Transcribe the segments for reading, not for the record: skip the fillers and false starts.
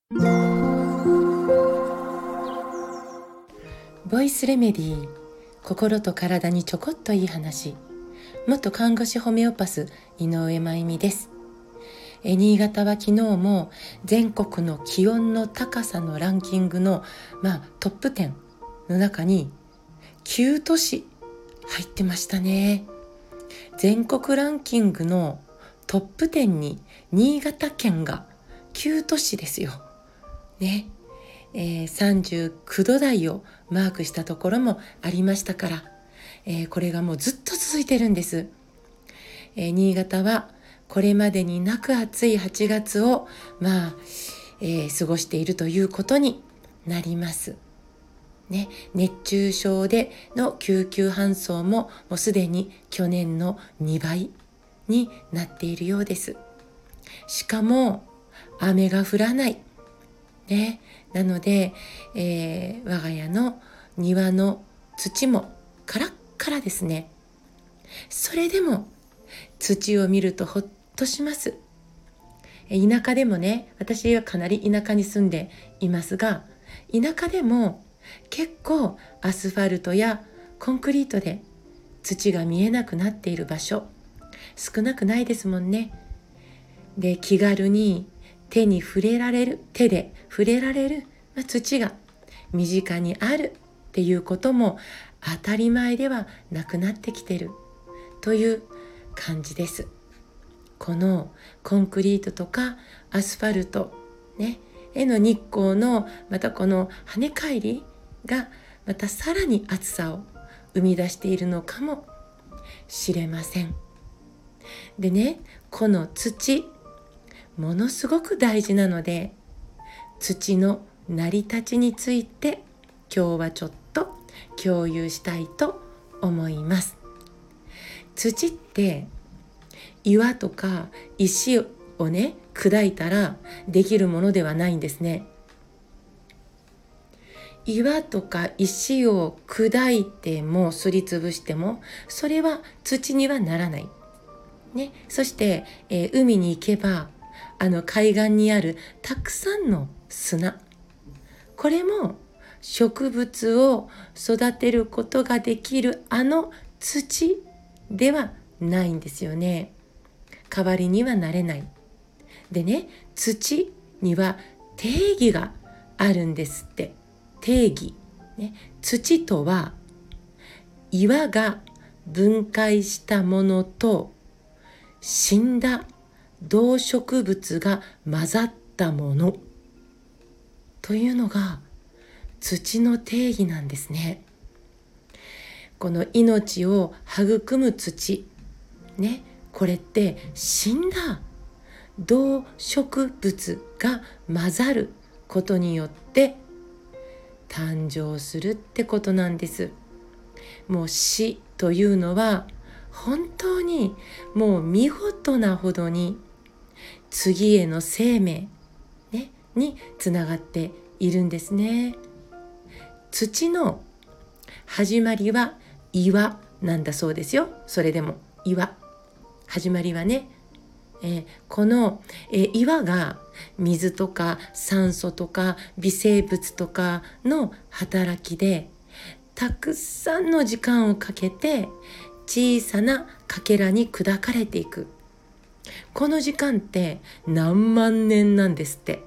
ボイスレメディー、心と体にちょこっといい話。元看護師ホメオパス井上真由美です。新潟は昨日も全国の気温の高さのランキングの、トップ10の中に9都市入ってましたね。全国ランキングのトップ10に新潟県が9都市ですよね。39度台をマークしたところもありましたから、これがもうずっと続いてるんです。新潟はこれまでになく暑い8月を過ごしているということになりますね。熱中症での救急搬送ももうすでに去年の2倍になっているようです。しかも雨が降らないね。なので、我が家の庭の土もカラッカラですね。それでも土を見るとほっとします。田舎でもね、私はかなり田舎に住んでいますが、田舎でも結構アスファルトやコンクリートで土が見えなくなっている場所少なくないですもんね。で、気軽に手で触れられる、土が身近にあるっていうことも当たり前ではなくなってきてるという感じです。このコンクリートとかアスファルト、への日光のまたこの跳ね返りがまたさらに暑さを生み出しているのかもしれません。でね、この土ものすごく大事なので、土の成り立ちについて今日はちょっと共有したいと思います。土って岩とか石を砕いたらできるものではないんですね。岩とか石を砕いてもすりつぶしてもそれは土にはならないね。そして、海に行けば海岸にあるたくさんの砂、これも植物を育てることができる土ではないんですよね。代わりにはなれない。でね、土には定義があるんですって。定義、土とは岩が分解したものと死んだ動植物が混ざったものというのが土の定義なんですね。この命を育む土これって死んだ動植物が混ざることによって誕生するってことなんです。もう死というのは本当にもう見事なほどに次への生命、につながっているんですね。土の始まりは岩なんだそうですよ。それでも岩、始まりはね、この、岩が水とか酸素とか微生物とかの働きでたくさんの時間をかけて小さなかけらに砕かれていく。この時間って何万年なんですって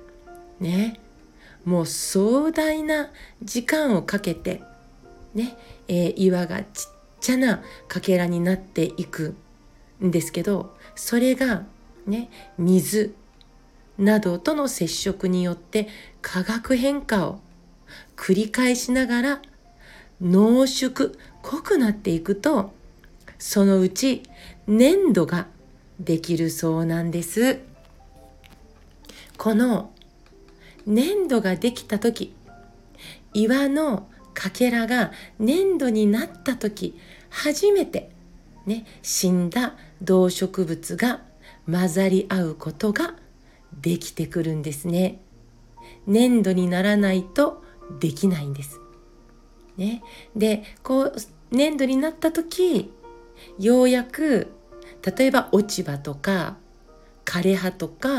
もう壮大な時間をかけて岩がちっちゃなかけらになっていくんですけど、それが水などとの接触によって化学変化を繰り返しながら濃縮、濃くなっていくと、そのうち粘土ができるそうなんです。この粘土ができたとき、岩のかけらが粘土になったとき、初めて死んだ動植物が混ざり合うことができてくるんですね。粘土にならないとできないんですで、こう粘土になったとき、ようやく例えば落ち葉とか枯れ葉とか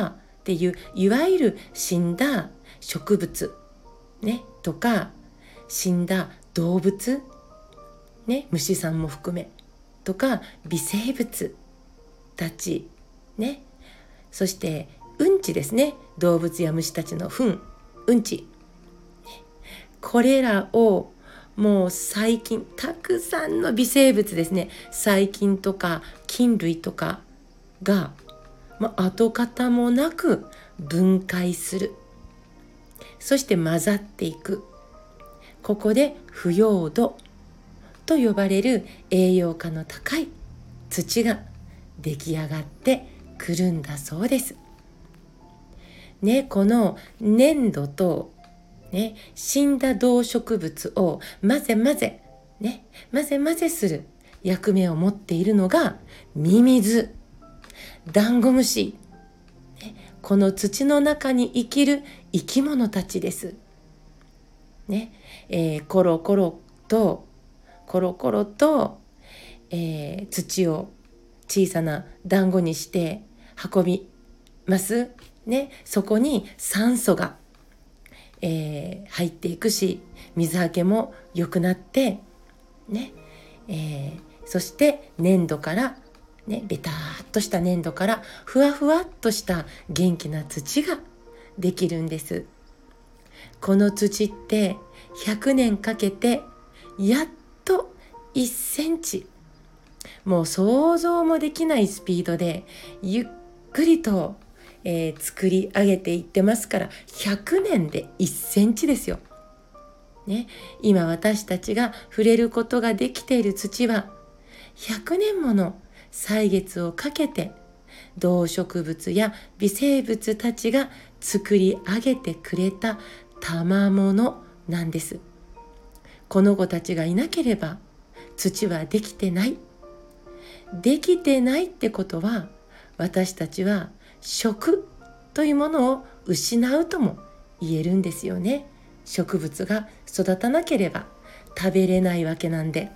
っていういわゆる死んだ植物、ね、とか死んだ動物、ね、虫さんも含めとか微生物たち、ね、そしてうんちですね、動物や虫たちの糞、うんち、これらをもう細菌、たくさんの微生物ですね、細菌とか菌類とかが、跡形もなく分解する、そして混ざっていく。ここで腐葉土と呼ばれる栄養価の高い土が出来上がってくるんだそうです。ね、この粘土と、ね、死んだ動植物を混ぜ混ぜする役目を持っているのがミミズ、ダンゴムシ、ね、この土の中に生きる生き物たちです。ね、コロコロと、土を小さな団子にして運びます、ね、そこに酸素が、入っていくし、水はけも良くなって、ね、そして粘土から、ね、ベターっとした粘土からふわふわっとした元気な土ができるんです。この土って100年かけてやっと1センチ、もう想像もできないスピードでゆっくりと、作り上げていってますから、100年で1センチですよ、ね、今私たちが触れることができている土は100年もの歳月をかけて動植物や微生物たちが作り上げてくれた賜物なんです。この子たちがいなければ土はできてない。できてないってことは、私たちは食というものを失うとも言えるんですよね。植物が育たなければ食べれないわけなんで、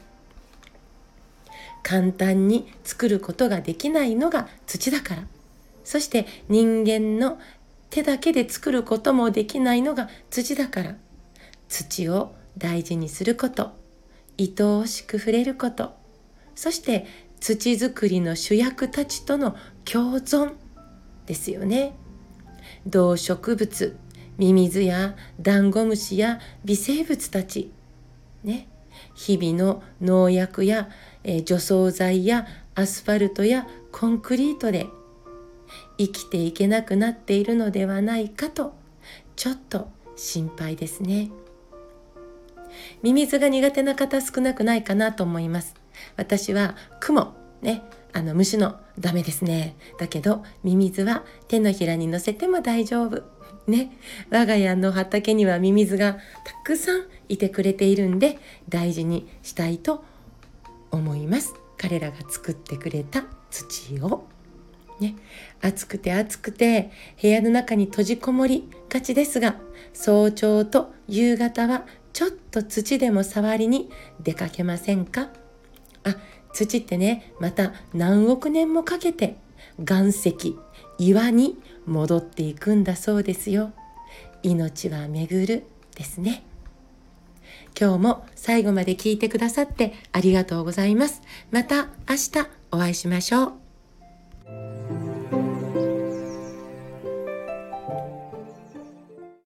簡単に作ることができないのが土だから、そして人間の手だけで作ることもできないのが土だから、土を大事にすること、愛おしく触れること、そして土作りの主役たちとの共存ですよね。動植物、ミミズやダンゴムシや微生物たち、ね、日々の農薬や、除草剤やアスファルトやコンクリートで生きていけなくなっているのではないかと、ちょっと心配ですね。ミミズが苦手な方少なくないかなと思います。私はクモ、ね、虫のダメですね。だけどミミズは手のひらに乗せても大丈夫。ね、我が家の畑にはミミズがたくさんいてくれているんで、大事にしたいと思います。彼らが作ってくれた土を。ね、暑くて部屋の中に閉じこもりがちですが、早朝と夕方はちょっと土でも触りに出かけませんか？土ってね、また何億年もかけて岩石、岩に戻っていくんだそうですよ。命は巡るですね。今日も最後まで聞いてくださってありがとうございます。また明日お会いしましょう。